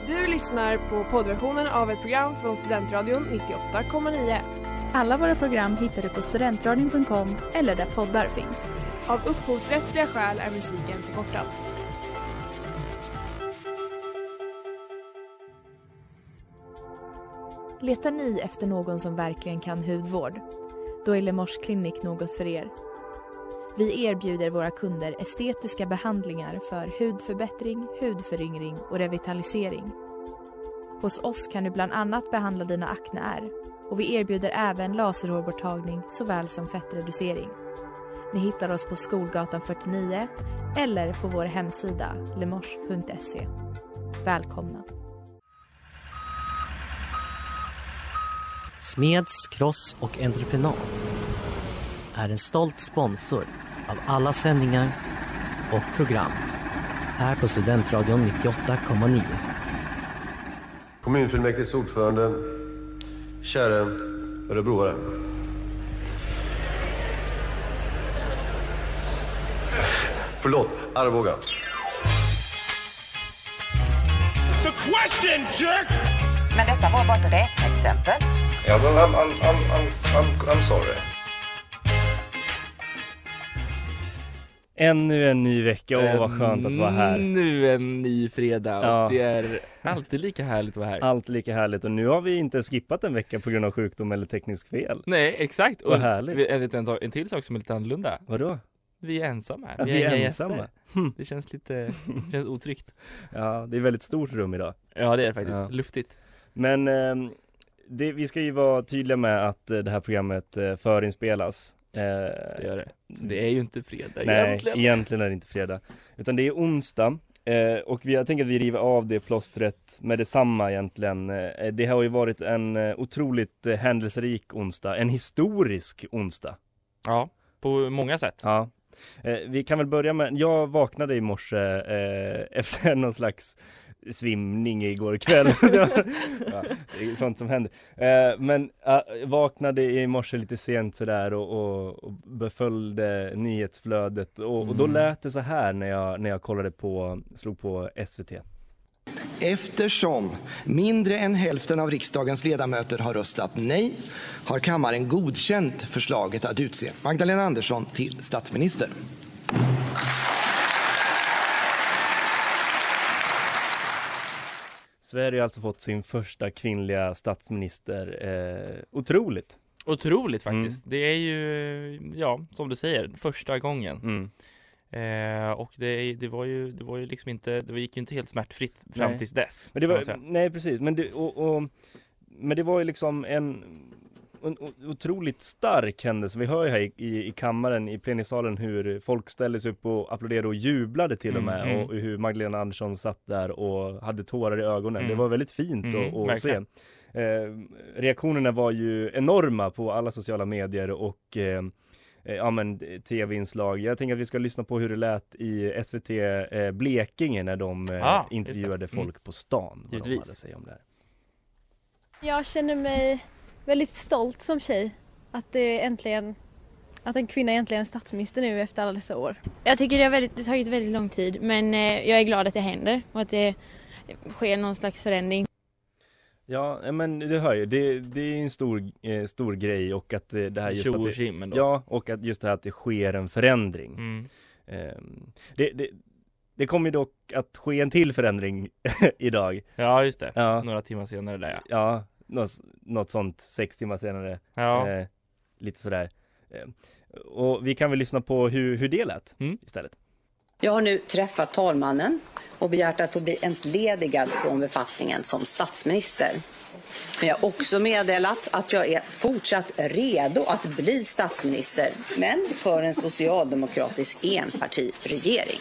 Du lyssnar på poddversionen av ett program från Studentradion 98,9. Alla våra program hittar du på studentradion.com eller där poddar finns. Av upphovsrättsliga skäl är musiken förkortad. Letar ni efter någon som verkligen kan hudvård? Då är Lemors klinik något för er. Vi erbjuder våra kunder estetiska behandlingar för hudförbättring, hudföryngring och revitalisering. Hos oss kan du bland annat behandla dina akneär och vi erbjuder även laserhårborttagning såväl som fettreducering. Ni hittar oss på Skolgatan 49 eller på vår hemsida lemors.se. Välkomna! Smeds, Cross och Entreprenad är en stolt sponsor av alla sändningar och program här på Studentradion 98,9. Kommunfullmäktiges ordförande, kära örebroare. Förlåt, Arboga. The question, jerk! Men detta var bara ett räkneexempel. Ja, men I'm sorry. Ännu en ny vecka, vad skönt att vara här. Nu en ny fredag och Ja. det är alltid lika härligt att vara här. Allt lika härligt och nu har vi inte skippat en vecka på grund av sjukdom eller teknisk fel. Nej, exakt. Vad härligt. Jag vet en till sak som är lite annorlunda. Vadå? Vi är ensamma här. Ja, Vi är inga ensamma. gäster. Det känns lite otryggt. Ja, det är väldigt stort rum idag. Ja, det är faktiskt. Ja. Luftigt. Men vi ska ju vara tydliga med att det här programmet förinspelas. Det gör det. Så det är ju inte fredag egentligen är det inte fredag. Utan det är onsdag. Och jag tänker att vi river av det plåstret med detsamma egentligen. Det har ju varit en otroligt händelserik onsdag. En historisk onsdag. Ja, på många sätt. Ja. Vi kan väl börja med, jag vaknade i morse efter någon slags svimning igår kväll. Det är sånt som händer. Men vaknade i morse lite sent sådär och beföljde nyhetsflödet och då lät det så här när jag slog på SVT. Eftersom mindre än hälften av riksdagens ledamöter har röstat nej har kammaren godkänt förslaget att utse Magdalena Andersson till statsminister. Sverige har alltså fått sin första kvinnliga statsminister. Otroligt. Otroligt faktiskt. Det är ju, ja, som du säger, första gången. Och det var ju liksom inte, det gick ju inte helt smärtfritt fram tills dess. Men det var, nej, precis. Men det var ju liksom en otroligt stark händelse. Vi hör ju här i kammaren, i plenisalen, hur folk ställde sig upp och applåderade och jublade till och med. Och hur Magdalena Andersson satt där och hade tårar i ögonen. Det var väldigt fint att se. Reaktionerna var ju enorma på alla sociala medier och tv-inslag. Jag tänker att vi ska lyssna på hur det lät i SVT Blekinge när de intervjuade folk på stan. Vad de hade att säga om det här. Jag känner mig väldigt stolt som tjej att en kvinna äntligen är statsminister nu efter alla dessa år. Jag tycker det har tagit väldigt lång tid, men jag är glad att det händer och att det sker någon slags förändring. Ja, men det hör ju. Det är en stor grej och att det här just och att just det här att det sker en förändring. Det kommer ju dock att ske en till förändring idag. Ja, just det. Ja. Några timmar senare där. Ja, något sånt 6 timmar senare. Ja. Lite sådär. Och vi kan väl lyssna på hur det lät istället. Jag har nu träffat talmannen och begärt att få bli entledigad från befattningen som statsminister. Men jag har också meddelat att jag är fortsatt redo att bli statsminister, men för en socialdemokratisk enpartiregering.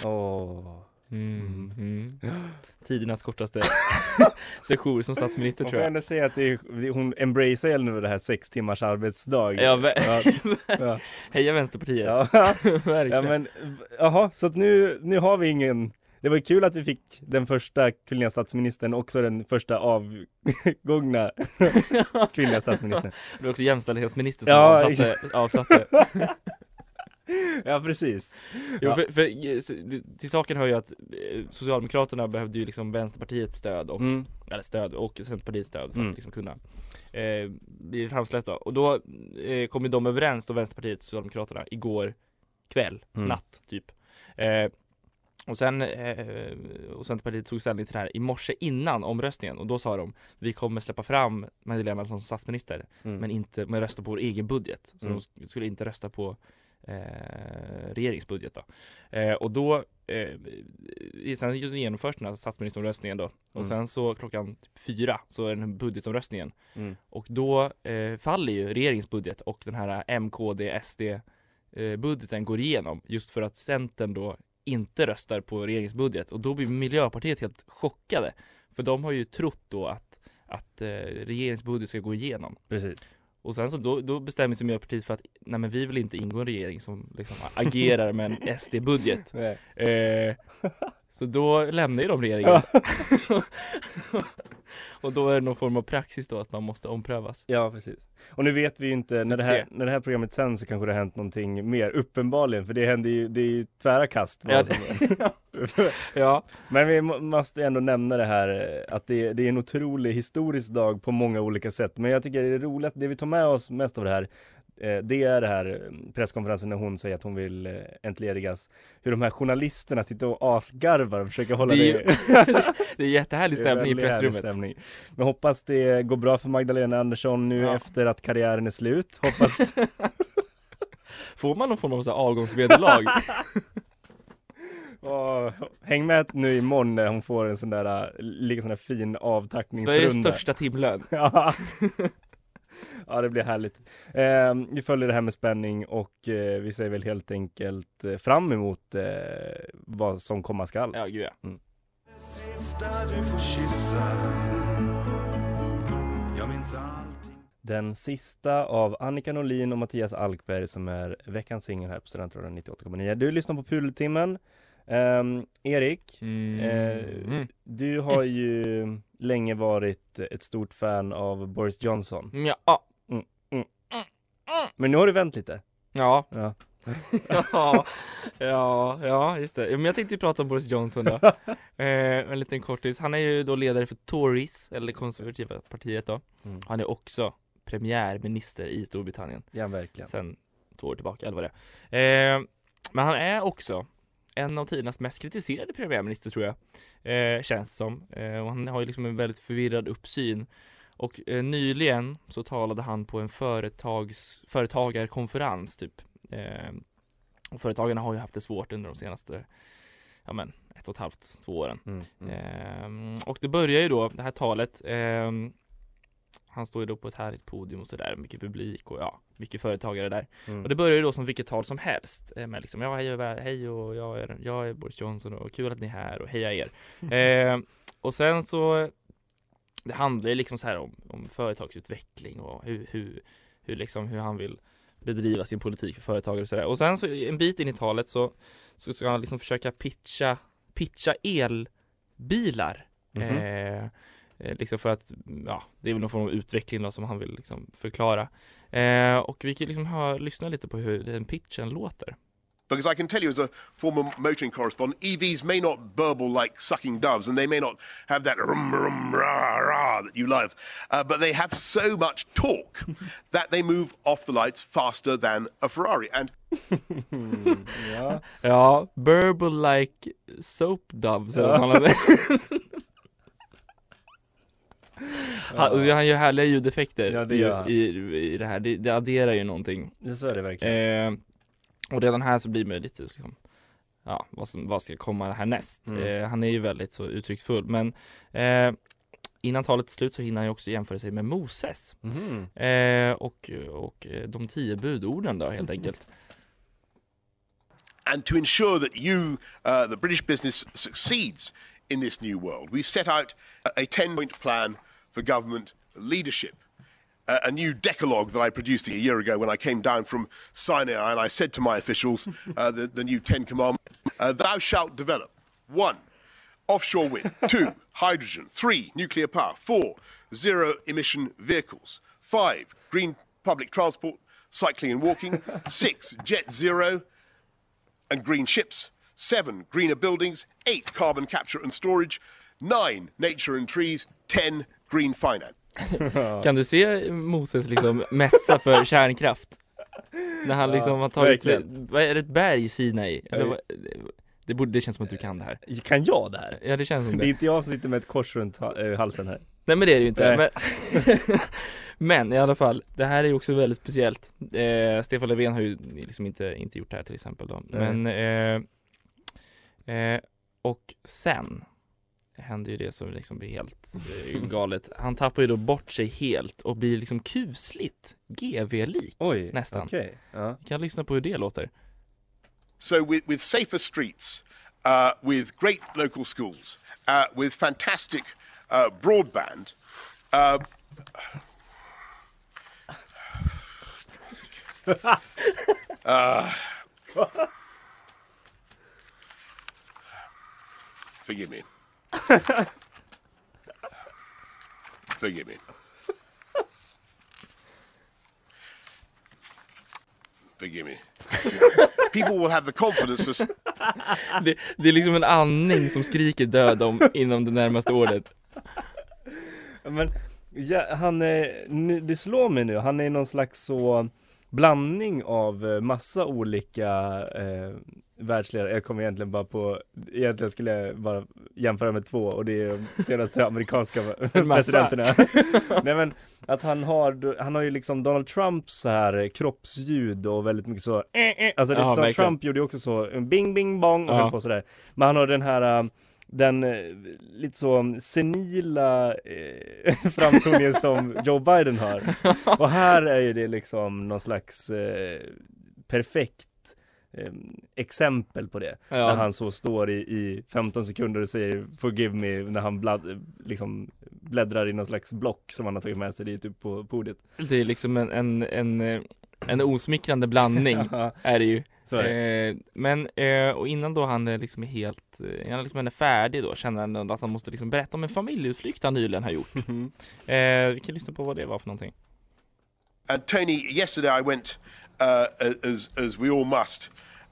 Tidernas kortaste session som statsminister, tror jag. Man får ändå säga att hon embracear nu det här 6 timmars arbetsdag. Ja. Heja Vänsterpartiet. Ja. Verkligen. Så att nu har vi ingen. Det var kul att vi fick den första kvinnliga statsministern, också den första avgångna kvinnliga statsministern. Det var också jämställdhetsminister som avsatte. Ja, precis. Jo, Ja. för till saken hör ju att Socialdemokraterna behövde ju liksom Vänsterpartiets stöd och, eller stöd och Centerpartiets stöd för att liksom kunna bli framsläppta. Och då kom ju de överens då, Vänsterpartiet och Socialdemokraterna, igår kväll, natt typ. Och sen och Centerpartiet tog ställning till det här i morse innan omröstningen, och då sa de: vi kommer släppa fram Magdalena som statsminister, men rösta på vår egen budget. Så de skulle inte rösta på regeringsbudget då. Och då sen genomförs den här statsministeromröstningen då. Och sen så klockan 4 så är den här budgetomröstningen. Och då faller ju regeringsbudget, och den här MKD SD budgeten går igenom, just för att Centern då inte röstar på regeringsbudget. Och då blir Miljöpartiet helt chockade, för de har ju trott då att regeringsbudget ska gå igenom. Precis. Och sen så då bestämmer sig Miljöpartiet för att nej, men vi vill inte ingå i en regering som liksom agerar med en SD-budget. Så då lämnar ju de regeringen. Och då är det någon form av praxis då att man måste omprövas. Ja, precis. Och nu vet vi ju inte, när det här programmet sen så kanske det har hänt någonting mer, uppenbarligen, för det händer ju, det är ju tvära kast. Ja. Men vi måste ändå nämna det här, att det är en otrolig historisk dag på många olika sätt. Men jag tycker det är roligt, det vi tar med oss mest av det här, det är det här presskonferensen när hon säger att hon vill entledigas. Hur de här journalisterna sitter och asgarvar och försöker hålla det. Det är jättehärlig stämning i pressrummet. Men hoppas det går bra för Magdalena Andersson nu efter att karriären är slut. Hoppas. Får man någon form av så här avgångsvederlag? Häng med nu imorgon när hon får en sån där fin avtackningsrunda. Sveriges största timlön. Ja, det blir härligt. Vi följer det här med spänning, och vi säger väl helt enkelt fram emot vad som komma skall. Ja, gud ja. Den sista av Annika Norlin och Mattias Alkberg, som är veckans singel här på Studentradion 98,9. Du lyssnar på Pudeltimmen. Erik, du har ju länge varit ett stort fan av Boris Johnson. Ja. Men nu har du vänt lite. Ja, just det. Men jag tänkte ju prata om Boris Johnson då. En liten kortis. Han är ju då ledare för Tories, eller konservativa partiet då. Han är också premiärminister i Storbritannien. Ja, verkligen. Sen 2 år tillbaka, eller vad det är. Men han är också en av tidernas mest kritiserade premiärminister, tror jag. Känns som. Och han har ju liksom en väldigt förvirrad uppsyn. Och nyligen så talade han på en företagarkonferens typ. Och företagarna har ju haft det svårt under de senaste 1,5-2 åren. Och det börjar ju då, det här talet, han står ju då på ett härligt podium och sådär, mycket publik och mycket företagare där. Och det börjar ju då som vilket tal som helst, med liksom, hej och jag är Boris Johnson och kul att ni är här och heja er. Och sen så det handlar ju liksom så här om företagsutveckling och hur han vill bedriva sin politik för företagare och sådär. Och sen så en bit in i talet så ska han liksom försöka pitcha elbilar. Liksom för att det är väl någon form av utveckling då, som han vill liksom förklara. Och vi kan liksom lyssna lite på hur den pitchen låter. Because I can tell you, as a former motoring correspondent, EVs may not burble like sucking doves, and they may not have that rum rum rah rah that you love, but they have so much torque that they move off the lights faster than a Ferrari. And burble like soap doves. Han gör härliga ljudeffekter i det här. Det adderar ju någonting. Så är det verkligen. Och redan här så blir man lite liksom, vad ska komma härnäst. Han är ju väldigt så uttrycksfull. Men innan talet slut så hinner han ju också jämföra sig med Moses. Och de 10 budorden då, helt enkelt. And to ensure that the British business succeeds in this new world, we've set out a 10-point plan for government leadership. A new decalogue that I produced a year ago when I came down from Sinai, and I said to my officials, the new 10 commandments, thou shalt develop 1. Offshore wind, 2. Hydrogen, 3. Nuclear power, 4. Zero emission vehicles, 5. Green public transport, cycling and walking, 6. Jet zero, and green ships. 7, greener buildings. 8, carbon capture and storage. 9, nature and trees. 10, green finance. Kan du se Moses liksom mässa för kärnkraft? När han liksom har tagit, vad är det, ett berg i Sinai? Eller det känns som att du kan det här. Kan jag det här? Ja, det känns som det. Det är inte jag som sitter med ett kors runt halsen här. Nej, men det är det ju inte. Men i alla fall, det här är ju också väldigt speciellt. Stefan Löfven har ju liksom inte gjort det här till exempel då. Men och sen händer ju det som liksom blir helt galet. Han tappar ju då bort sig helt och blir liksom kusligt GV-lik. Oj, nästan. Okay. Vi kan lyssna på hur det låter. So with safer streets, with great local schools, with fantastic broadband, forgive me. Forgive me. Forgive me. People will have the confidence to... det är liksom en andning som skriker död om inom det närmaste året. Men ja, han är, det slår mig nu, han är någon slags så blandning av massa olika världsledare. Jag kommer egentligen skulle jag bara jämföra med 2, och det är de senaste amerikanska presidenterna. Nej, men att han har ju liksom Donald Trumps så här kroppsljud och väldigt mycket så alltså Donald verkligen. Trump gjorde ju också så bing bing bong och höll på sådär. Men han har den här den lite så senila framtoningen som Joe Biden har. Och här är ju det liksom någon slags perfekt exempel på det. Ja. När han så står i 15 sekunder och säger forgive me när han liksom bläddrar i någon slags block som han har tagit med sig dit upp på podiet. Det är liksom en osmickrande blandning är det ju. Men och innan då han liksom är helt han är färdig då, känner han att han måste liksom berätta om en familjeutflykt han nyligen har gjort. Vi kan lyssna på vad det var för någonting. And Tony, yesterday I went as we all must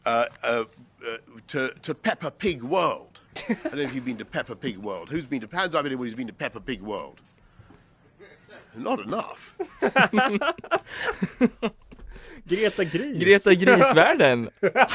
to Peppa Pig World. I don't know if you've been to Peppa Pig World. Who's been to? Hands up anybody who's been to Peppa Pig World. Not enough. Greta Grisvärlden.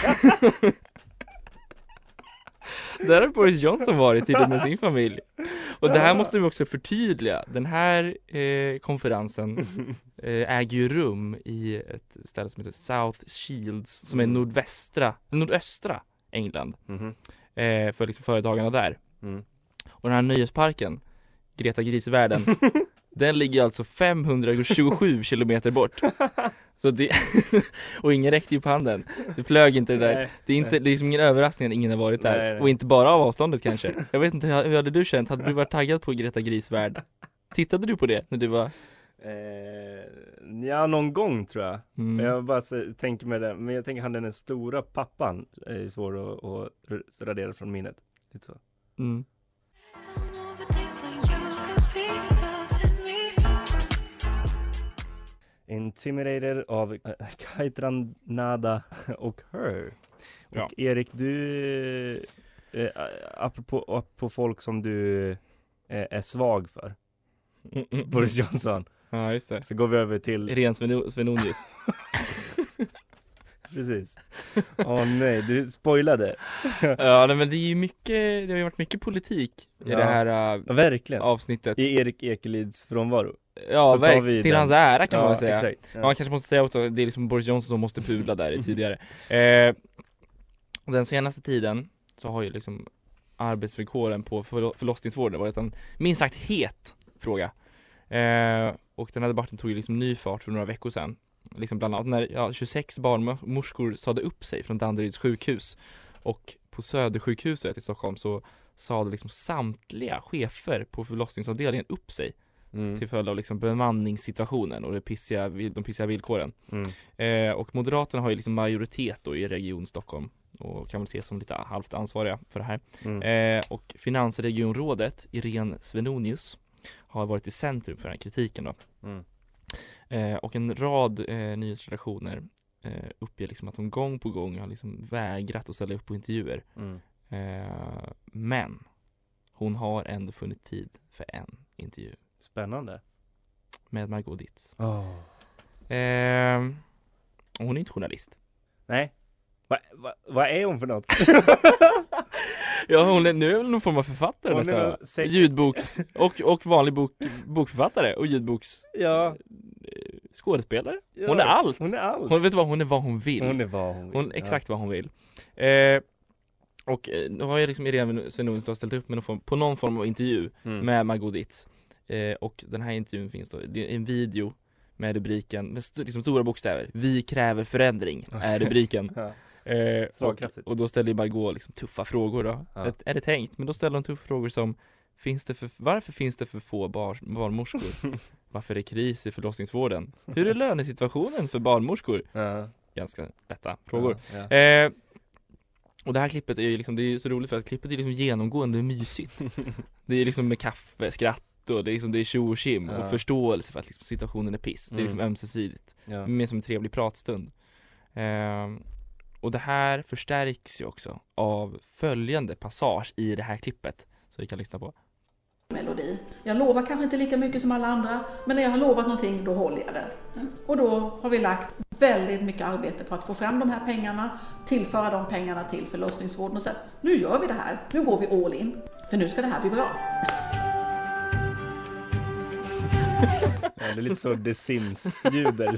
Där har Boris Johnson varit tidigt med sin familj. Och det här måste vi också förtydliga. Den här konferensen äger ju rum i ett ställe som heter South Shields, som är nordöstra England. För liksom företagarna där. Och den här nöjesparken, Greta Grisvärlden, den ligger alltså 527 kilometer bort. Så det, och ingen räckte ju på handen. Det flög inte det där. Nej, det är liksom ingen överraskning att ingen har varit där. Nej. Och inte bara av avståndet kanske. Jag vet inte, hur hade du känt? Hade du varit taggad på Greta Grisvärld? Tittade du på det när du var... Ja, någon gång tror jag. Jag bara tänker med det. Men jag tänker han den stora pappan är svår att radera från minnet. Lite så. Intimidated av Kaitran Nada och Her. Och Erik, du apropå folk som du är svag för. Boris Johnson. Ja, just det. Så går vi över till Irene Svenonius. Precis. Nej, du spoilade. Ja, men det är ju mycket, det har ju varit mycket politik i det här verkligen. Avsnittet. I Erik Ekelids frånvaro. Ja, verkligen. Till hans ära kan man väl säga. Exakt. Man kanske måste säga också, det är liksom Boris Johnson som måste pudla där tidigare. Den senaste tiden så har ju liksom arbetsvillkoren på förlossningsvården varit en minst sagt het fråga. Och den här debatten tog ju liksom ny fart för några veckor sedan. Liksom bland annat när 26 barnmorskor sade upp sig från Danderyds sjukhus. Och på Södersjukhuset i Stockholm så sade liksom samtliga chefer på förlossningsavdelningen upp sig. Till följd av liksom bemanningssituationen och de pissiga villkoren. Och Moderaterna har ju liksom majoritet då i Region Stockholm och kan väl ses som lite halvt ansvariga för det här. Och Finansregionrådet Irene Svenonius har varit i centrum för den här kritiken då. Och en rad nyhetsredaktioner uppger liksom att hon gång på gång har liksom vägrat att ställa upp på intervjuer. Men hon har ändå funnit tid för en intervju. Spännande. Med Margot Dietz. Hon är inte journalist. Nej. Vad är hon för något? Ja, hon är nu någon form av författare nästan. Ljudboks och vanlig bokförfattare och ljudboks skådespelare. Ja, hon är allt. Hon är allt. Hon vet vad hon är, vad hon vill. Hon är vad hon vill. Hon exakt vad hon vill. Och då har jag liksom Irene Svenonius ställt upp med på någon form av intervju med Margot Dietz. Och den här intervjun finns då, det är en video med rubriken med liksom stora bokstäver. Vi kräver förändring är rubriken. Och då ställer Margot liksom tuffa frågor då. Är det tänkt? Men då ställer hon tuffa frågor som varför finns det för få barnmorskor? Varför är det kris i förlossningsvården? Hur är lönesituationen för barnmorskor? Ganska lätta frågor. Och det här klippet är ju liksom, det är så roligt för att klippet är liksom genomgående mysigt. Det är liksom med kaffe, skratt och det är liksom, det är tjo och kim och förståelse för att liksom situationen är piss. Det är liksom ömsesidigt. Mer som en trevlig pratstund. Och det här förstärks ju också av följande passage i det här klippet så vi kan lyssna på. Melodi. Jag lovar kanske inte lika mycket som alla andra, men när jag har lovat någonting då håller jag det. Och då har vi lagt väldigt mycket arbete på att få fram de här pengarna, tillföra de pengarna till förlossningsvården och säga nu gör vi det här, nu går vi all in, för nu ska det här bli bra. Det är lite så The Sims-ljuder.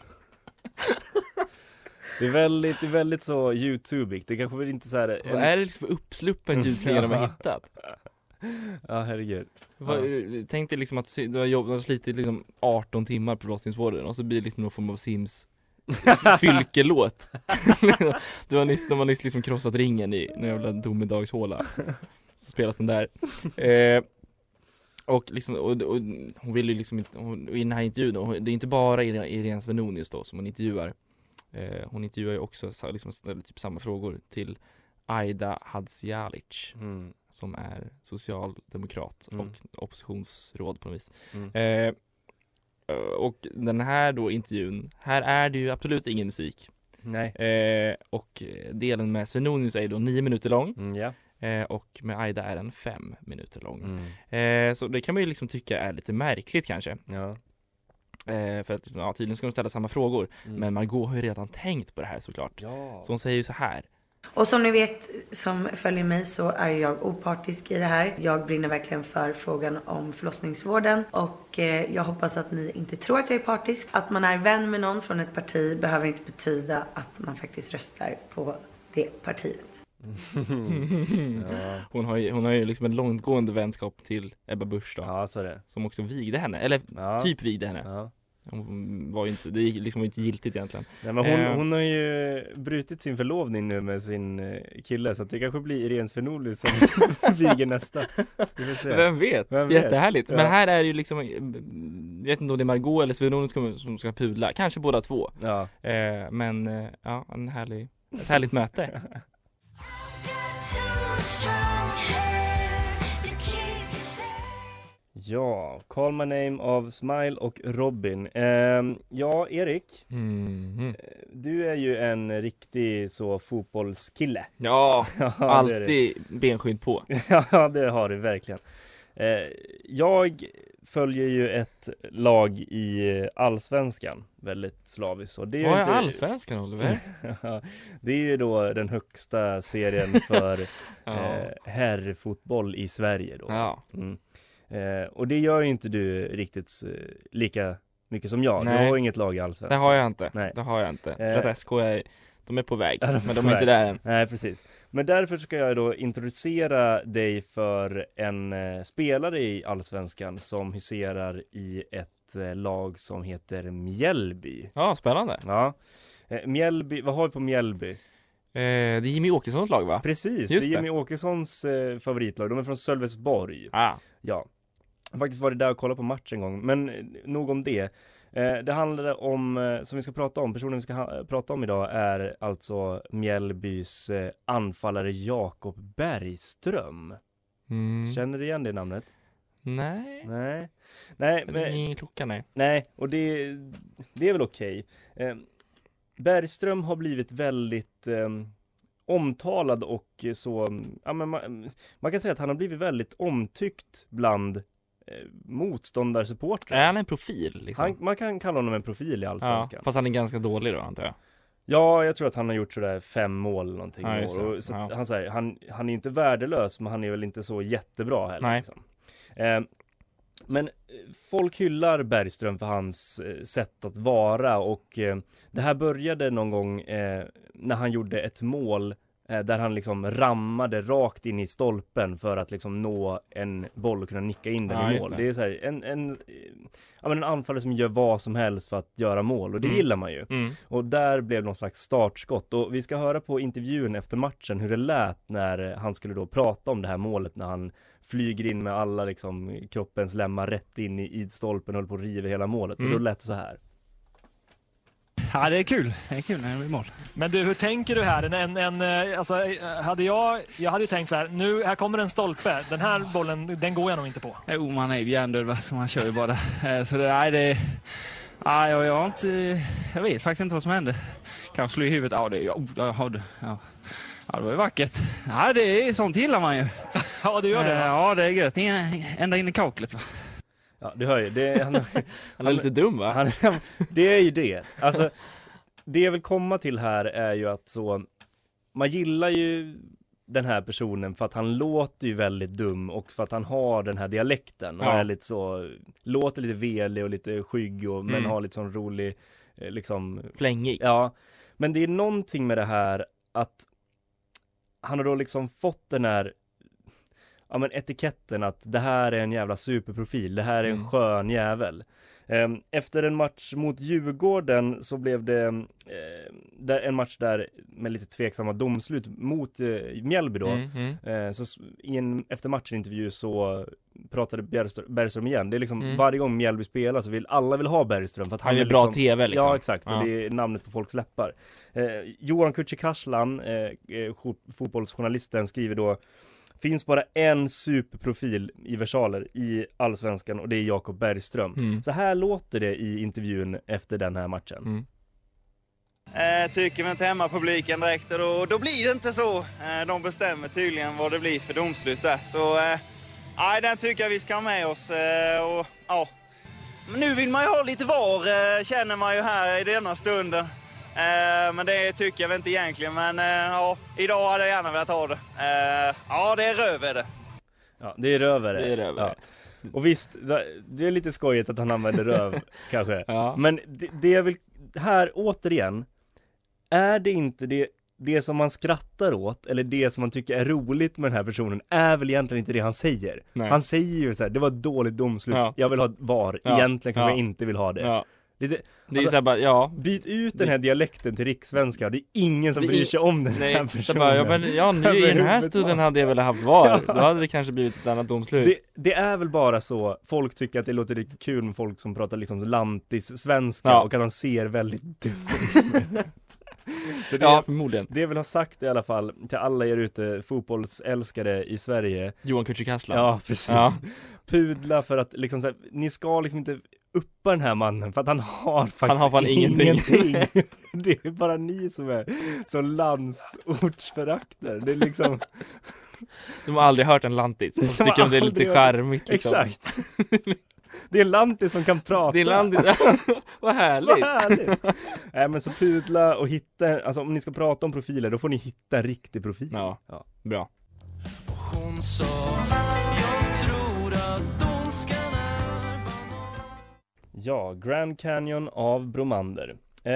Det är väldigt så YouTubigt. Det kanske väl inte så här. Vad är det liksom för uppsluppen ljudslingar de har hittat? Ja, herregud. Tänk dig liksom att du har slitit liksom 18 timmar på förlossningsvården och så blir det liksom någon form av Sims fylkelåt. Du har nyss liksom krossat ringen i en jävla domedagshåla. Så spelas den där. Och liksom och hon vill ju liksom inte i den här intervjun då, det är inte bara Irene Svenonius då som hon intervjuar. Hon intervjuar ju också liksom typ samma frågor till Aida Hadzialic som är socialdemokrat och oppositionsråd på något vis. Och den här då intervjun, här är det ju absolut ingen musik. Nej. Och delen med Svenonius är då 9 minuter lång. Och med Aida är den 5 minuter lång. Så det kan man ju liksom tycka är lite märkligt kanske. För att tydligen ska de ställa samma frågor. Men Margot har ju redan tänkt på det här såklart. Så hon säger ju så här. Och som ni vet som följer mig så är jag opartisk i det här. Jag brinner verkligen för frågan om förlossningsvården. Och jag hoppas att ni inte tror att jag är partisk. Att man är vän med någon från ett parti behöver inte betyda att man faktiskt röstar på det partiet. Hon har ju liksom en långtgående vänskap till Ebba Busch då, så det. som också vigde henne, eller typ vigde henne. Hon var ju inte, det liksom var inte giltigt egentligen. Nej, men hon har ju brutit sin förlovning nu med sin kille, så att det kanske blir Irene Svenonius som viger nästa. Vem vet? Jättehärligt. Men här är ju liksom, jag vet inte om det är Margot eller Svenonius som ska pudla, kanske båda två. Men ett härligt möte. Ja, Call My Name av Smile och Robin. Ja, Erik. Du är ju en riktig så fotbollskille. Ja, alltid benskydd på. Ja, det har du verkligen. Jag följer ju ett lag i Allsvenskan väldigt slaviskt. Vad är Allsvenskan, Oliver? Det är ju då den högsta serien för herrfotboll i Sverige då. Och det gör ju inte du riktigt lika mycket som jag. Nej. Du har inget lag i Allsvenskan. Det har jag inte. Nej. Det har jag inte. Strat SK de är på väg, men de är inte där än. Nej, precis. Men därför ska jag då introducera dig för en spelare i Allsvenskan som huserar i ett lag som heter Mjällby. Ja, spännande. Ja. Mjällby, vad har vi på Mjällby? Det är Jimmy Åkessons lag, va? Precis, det är Jimmy Åkessons favoritlag. De är från Sölvesborg. Ja. Jag har faktiskt varit där och kollat på match en gång. Men nog om det. Det handlar om, som vi ska prata om, personen vi ska prata om idag är alltså Mjällbys anfallare Jakob Bergström. Känner du igen det namnet? Nej. Nej, men ingen klocka, nej. Nej, och det är väl okej. Bergström har blivit väldigt omtalad och så, ja, men man kan säga att han har blivit väldigt omtyckt bland motståndarsupportrar. Är han en profil liksom? Man kan kalla honom en profil i Allsvenskan. Ja, fast han är ganska dålig då, antar jag. Ja, jag tror att han har gjort sådär 5 mål eller någonting. Ja, och så han säger, han är inte värdelös, men han är väl inte så jättebra heller. Nej. Liksom. Men folk hyllar Bergström för hans sätt att vara, och det här började någon gång när han gjorde ett mål där han liksom rammade rakt in i stolpen för att liksom nå en boll och kunna nicka in den i mål. Det är så här, en anfallare som gör vad som helst för att göra mål, och det gillar man ju. Och där blev någon slags startskott, och vi ska höra på intervjun efter matchen hur det lät när han skulle då prata om det här målet, när han flyger in med alla liksom kroppens lemmar rätt in i stolpen och håller på att riva hela målet. Och då lät det så här. Ja, det är kul. Det är kul när det blir mål. Men du, hur tänker du här? Jag hade ju tänkt så här, nu här kommer en stolpe. Den här bollen, den går jag nog inte på. Jo, man är ju hjärndöd, så man kör ju bara. Så jag vet faktiskt inte vad som hände. Kanske slå i huvudet. Ja, det var ju vackert. Ja, det är sånt gillar man ju. Ja, du gör det, va? Ja, det är gött. Ända in i kaklet, va? Ja, du hör ju. Han är lite dum, va? Det är ju det. Alltså, det jag vill komma till här är ju att så, man gillar ju den här personen för att han låter ju väldigt dum, och för att han har den här dialekten och är lite så, låter lite velig och lite skygg men har lite sån rolig liksom flängig. Ja, men det är någonting med det här att han har då liksom fått den här etiketten att det här är en jävla superprofil, det här är en skön jävel. Efter en match mot Djurgården så blev det en match där med lite tveksamma domslut mot Mjällby då. Så i en eftermatchintervju så pratade Bergström igen. Det är liksom varje gång Mjällby spelar så alla vill ha Bergström för att han är bra liksom, TV liksom. Ja, exakt. Och det är namnet på folks läppar. Johan Kücükaslan, fotbollsjournalisten, skriver då: finns bara en superprofil i versaler i Allsvenskan, och det är Jakob Bergström. Så här låter det i intervjun efter den här matchen. Tycker vi inte hemmapubliken direkt, och då blir det inte så. De bestämmer tydligen vad det blir för domslut där. Så den tycker jag vi ska ha med oss. Men nu vill man ju ha lite var, känner man ju här i denna stunden. Men det tycker jag väl inte egentligen. Men idag hade jag gärna velat ha det. Det är röver. Ja, det är röver. Det är röver. Ja. Och visst, det är lite skojigt att han använder röv kanske. Ja. Men det är väl här återigen, är det inte det som man skrattar åt, eller det som man tycker är roligt med den här personen, är väl egentligen inte det han säger. Nej. Han säger ju så här: det var ett dåligt domslut, jag vill ha VAR. Egentligen kanske jag inte vill ha det. Ja. Det är så här bara, byt ut den här dialekten till rikssvenska. Det är ingen som bryr sig om den här personen. Nu i den här stunden hade jag väl haft VAR. Då hade det kanske blivit ett annat domslut. Det är väl bara så. Folk tycker att det låter riktigt kul med folk som pratar liksom lantis-svenska och att han ser väldigt dum. Så förmodligen. Det vill ha sagt i alla fall till alla er ute fotbollsälskare i Sverige. Johan Kücükaslan. Ja, precis. Ja. Pudla för att liksom så här, ni ska liksom inte uppa den här mannen för att han har faktiskt ingenting. Det är bara ni som är så landsortsförakter. Det är liksom de har aldrig hört en lantis. Så tycker de det är lite charmigt liksom. Exakt. Det är en lantis som kan prata. Det är lantis. Vad härligt. Vad härligt. Nej, men så pudla och hitta, alltså om ni ska prata om profiler, då får ni hitta en riktig profil. Ja. Bra. Hon sa, jag tror att hon ska Ja, Grand Canyon av Bromander.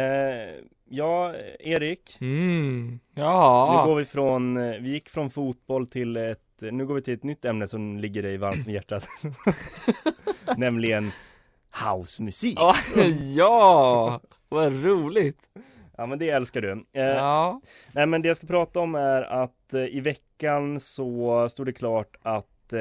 Erik. Ja. Nu går vi gick från fotboll till nu går vi till ett nytt ämne som ligger dig varmt i hjärtat. Nämligen housemusik. Ja, vad roligt. Ja, men det älskar du. Nej, men det jag ska prata om är att i veckan så stod det klart att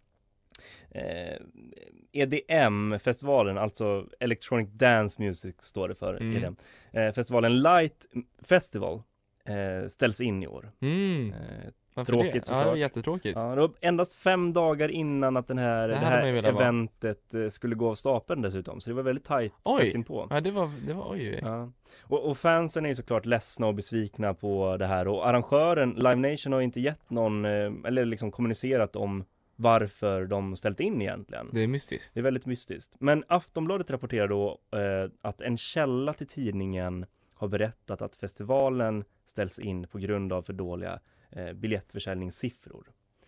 EDM-festivalen, alltså Electronic Dance Music står det för i den. Festivalen Light Festival ställs in i år. Varför Tråkigt det? såklart. Ja, det var jättetråkigt. Ja, det var endast 5 dagar innan att det här eventet skulle gå av stapeln dessutom. Så det var väldigt tajt inpå. Ja, det var oj. Ja. Och fansen är ju såklart ledsna och besvikna på det här. Och arrangören, Live Nation, har inte gett någon, eller liksom kommunicerat om varför de ställt in egentligen. Det är mystiskt. Det är väldigt mystiskt. Men Aftonbladet rapporterar då att en källa till tidningen har berättat att festivalen ställs in på grund av för dåliga biljettförsäljningssiffror.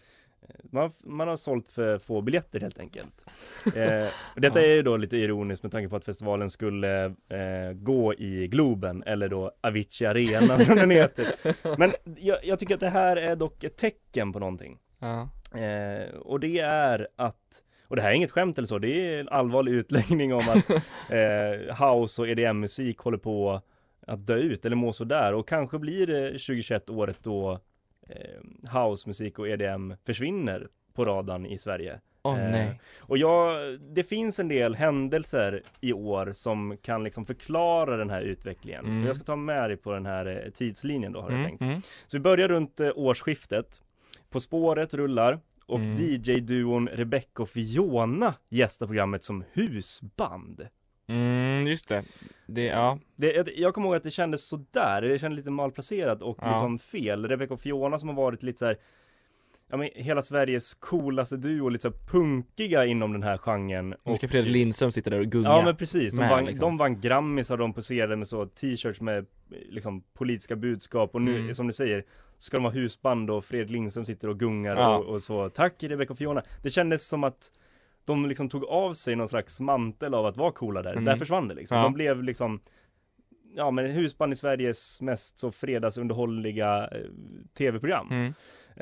Man har sålt för få biljetter helt enkelt. Detta är ju då lite ironiskt med tanke på att festivalen skulle gå i Globen, eller då Avicii Arena som den heter. Men jag tycker att det här är dock ett tecken på någonting. Ja. Och det är att, och det här är inget skämt eller så, det är en allvarlig utläggning om att house och EDM-musik håller på att dö ut eller må så där, och kanske blir det 2021 året då housemusik och EDM försvinner på radarn i Sverige. Nej. Och det finns en del händelser i år som kan liksom förklara den här utvecklingen. Och jag ska ta med dig på den här tidslinjen då, har jag tänkt. Så vi börjar runt årsskiftet. På spåret rullar och DJ-duon Rebecca och Fiona gästar programmet som husband. Just det. Jag kommer ihåg att det kändes så där. Det kändes lite malplacerat och liksom fel. Rebecca och Fiona som har varit lite så här, ja, men hela Sveriges coolaste duo, lite så punkiga inom den här genren. Och ska Fredrik Lindström sitta där och gunga. Ja, men precis. De vann Grammis, och de poserade med så t-shirts med liksom politiska budskap. Och nu, som du säger, ska de ha husband och Fredrik Lindström sitter och gungar och så. Tack Rebecca och Fiona. Det kändes som att de liksom tog av sig någon slags mantel av att vara coola där. Där försvann det liksom. De blev liksom, ja, men husband i Sveriges mest så fredagsunderhållliga tv-program.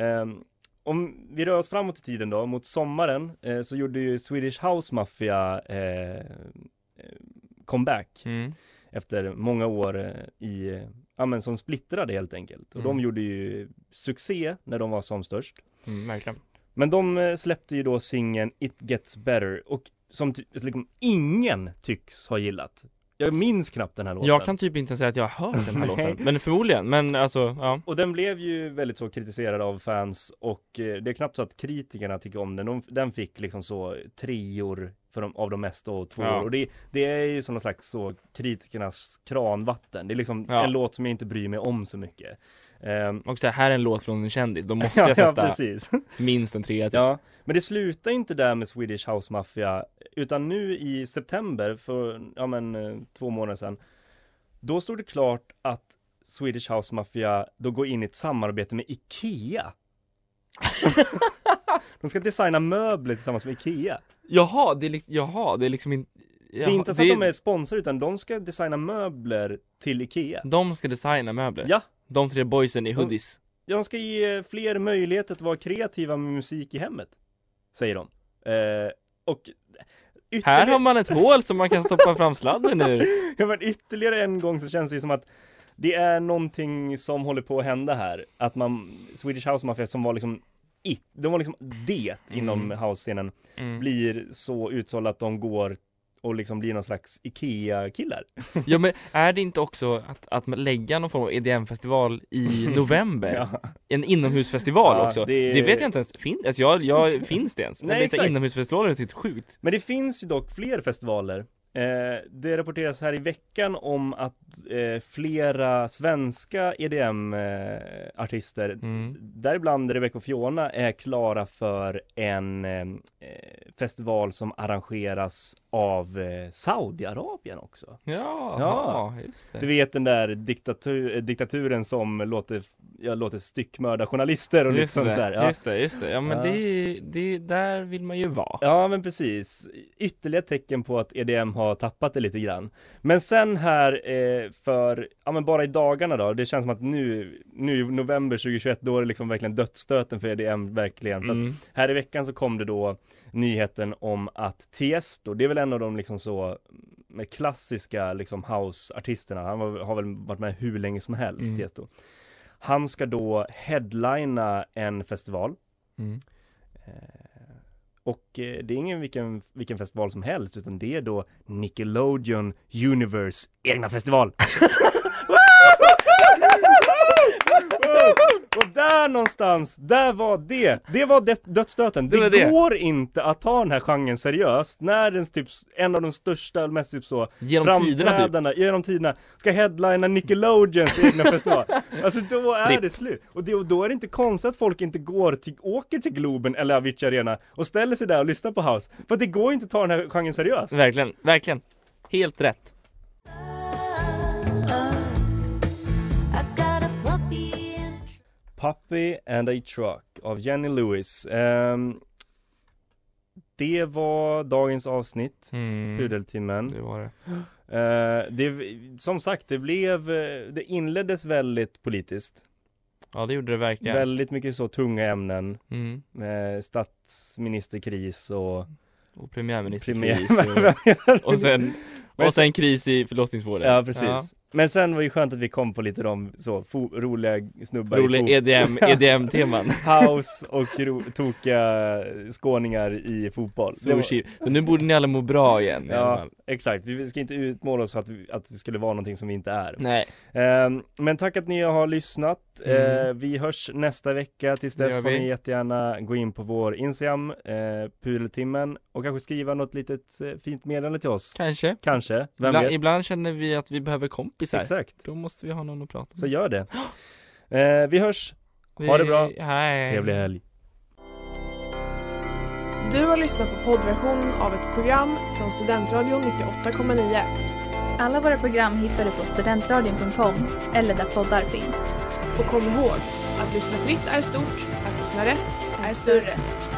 Om vi rör oss framåt i tiden då, mot sommaren, så gjorde ju Swedish House Mafia comeback efter många år som splittrade helt enkelt. Och de gjorde ju succé när de var som störst. Verkligen. Men de släppte ju då singeln It Gets Better, och som liksom ingen tycks ha gillat. Jag minns knappt den här låten. Jag kan typ inte säga att jag har hört den här låten. Men förmodligen, men alltså, ja. Och den blev ju väldigt så kritiserad av fans. Och det är knappt så att kritikerna tycker om den. Den fick liksom så 3:or av de mesta och 2:or. Och det är ju som någon slags så kritikernas kranvatten. Det är liksom en låt som jag inte bryr mig om så mycket. Och så här är en låt från en kändis. Då måste jag sätta minst en 3. Typ. Ja, men det slutar inte där med Swedish House Mafia, utan nu i september för 2 månader sedan, då stod det klart att Swedish House Mafia då går in i ett samarbete med IKEA. De ska designa möbler tillsammans med IKEA. Jaha, det är liksom inte. Det är inte så att de är sponsor, utan de ska designa möbler till IKEA. De ska designa möbler? Ja. De 3 boysen i hoodies. De ska ge fler möjligheter att vara kreativa med musik i hemmet, säger de. Och här har man ett hål som man kan stoppa fram sladden ur. Ja, men ytterligare en gång så känns det som att det är någonting som håller på att hända här. Att Swedish House Mafia, som var liksom de var liksom inom house-scenen, blir så utsåld att de går och liksom blir någon slags IKEA-killar. Ja, men är det inte också att lägga någon form av EDM-festival i november? En inomhusfestival också. Det vet jag inte ens. Finns det ens? Nej, det är inomhusfestivaler, det är sjukt. Men det finns ju dock fler festivaler. Det rapporteras här i veckan om att flera svenska EDM-artister, däribland Rebecca och Fiona, är klara för en festival som arrangeras av Saudiarabien också. Ja, just det. Du vet den där diktaturen som låter styckmörda journalister och lite sånt där. Ja. Just det. Ja, men det där vill man ju vara. Ja, men precis. Ytterligare tecken på att EDM har tappat det lite grann. Men sen här bara i dagarna då, det känns som att nu i november 2021, då är det liksom verkligen dödsstöten för EDM verkligen. För att här i veckan så kom det då nyheten om att Tiesto, det är väl en av de liksom så med klassiska liksom house-artisterna, han har väl varit med hur länge som helst, Tiesto. Han ska då headlina en festival. Och det är ingen vilken festival som helst, utan det är då Nickelodeon Universe egna festival. Och där någonstans, där var det. Det var dödsstöten. Det går inte att ta den här genren seriöst när den typ, en av de största, mest typ så framträdande genom tiderna ska headlina Nickelodeons egna festival. Alltså då är det slut. Och då är det inte konstigt att folk inte åker till Globen eller Avicii Arena och ställer sig där och lyssnar på house. För att det går inte att ta den här genren seriöst. Verkligen, verkligen. Helt rätt. Puppy and a Truck av Jenny Lewis. Det var dagens avsnitt. Pudeltimmen. Det var det. Som sagt, det inleddes väldigt politiskt. Ja, det gjorde det verkligen. Väldigt mycket så tunga ämnen. Med statsministerkris och premiärministerkris och sen kris i förlossningsvården. Ja, precis. Ja. Men sen var det ju skönt att vi kom på lite de så roliga snubbar. Roliga EDM-teman. House och tokiga skåningar i fotboll. Så nu borde ni alla må bra igen. Ja, exakt. Vi ska inte utmåla oss för att vi skulle vara någonting som vi inte är. Nej. Men tack att ni har lyssnat. Vi hörs nästa vecka. Tills dess får ni jättegärna gå in på vår Instagram, Pudeltimmen, och kanske skriva något litet fint meddelande till oss. Kanske. Ibland känner vi att vi behöver kompisar. Exakt. Då måste vi ha någon att prata med. Så gör det. Vi hörs. Ha det bra. Hej. Trevlig helg. Du har lyssnat på poddversionen av ett program från Studentradion 98,9. Alla våra program hittar du på studentradion.com eller där poddar finns. Och kom ihåg, att lyssna fritt är stort, att lyssna rätt är större.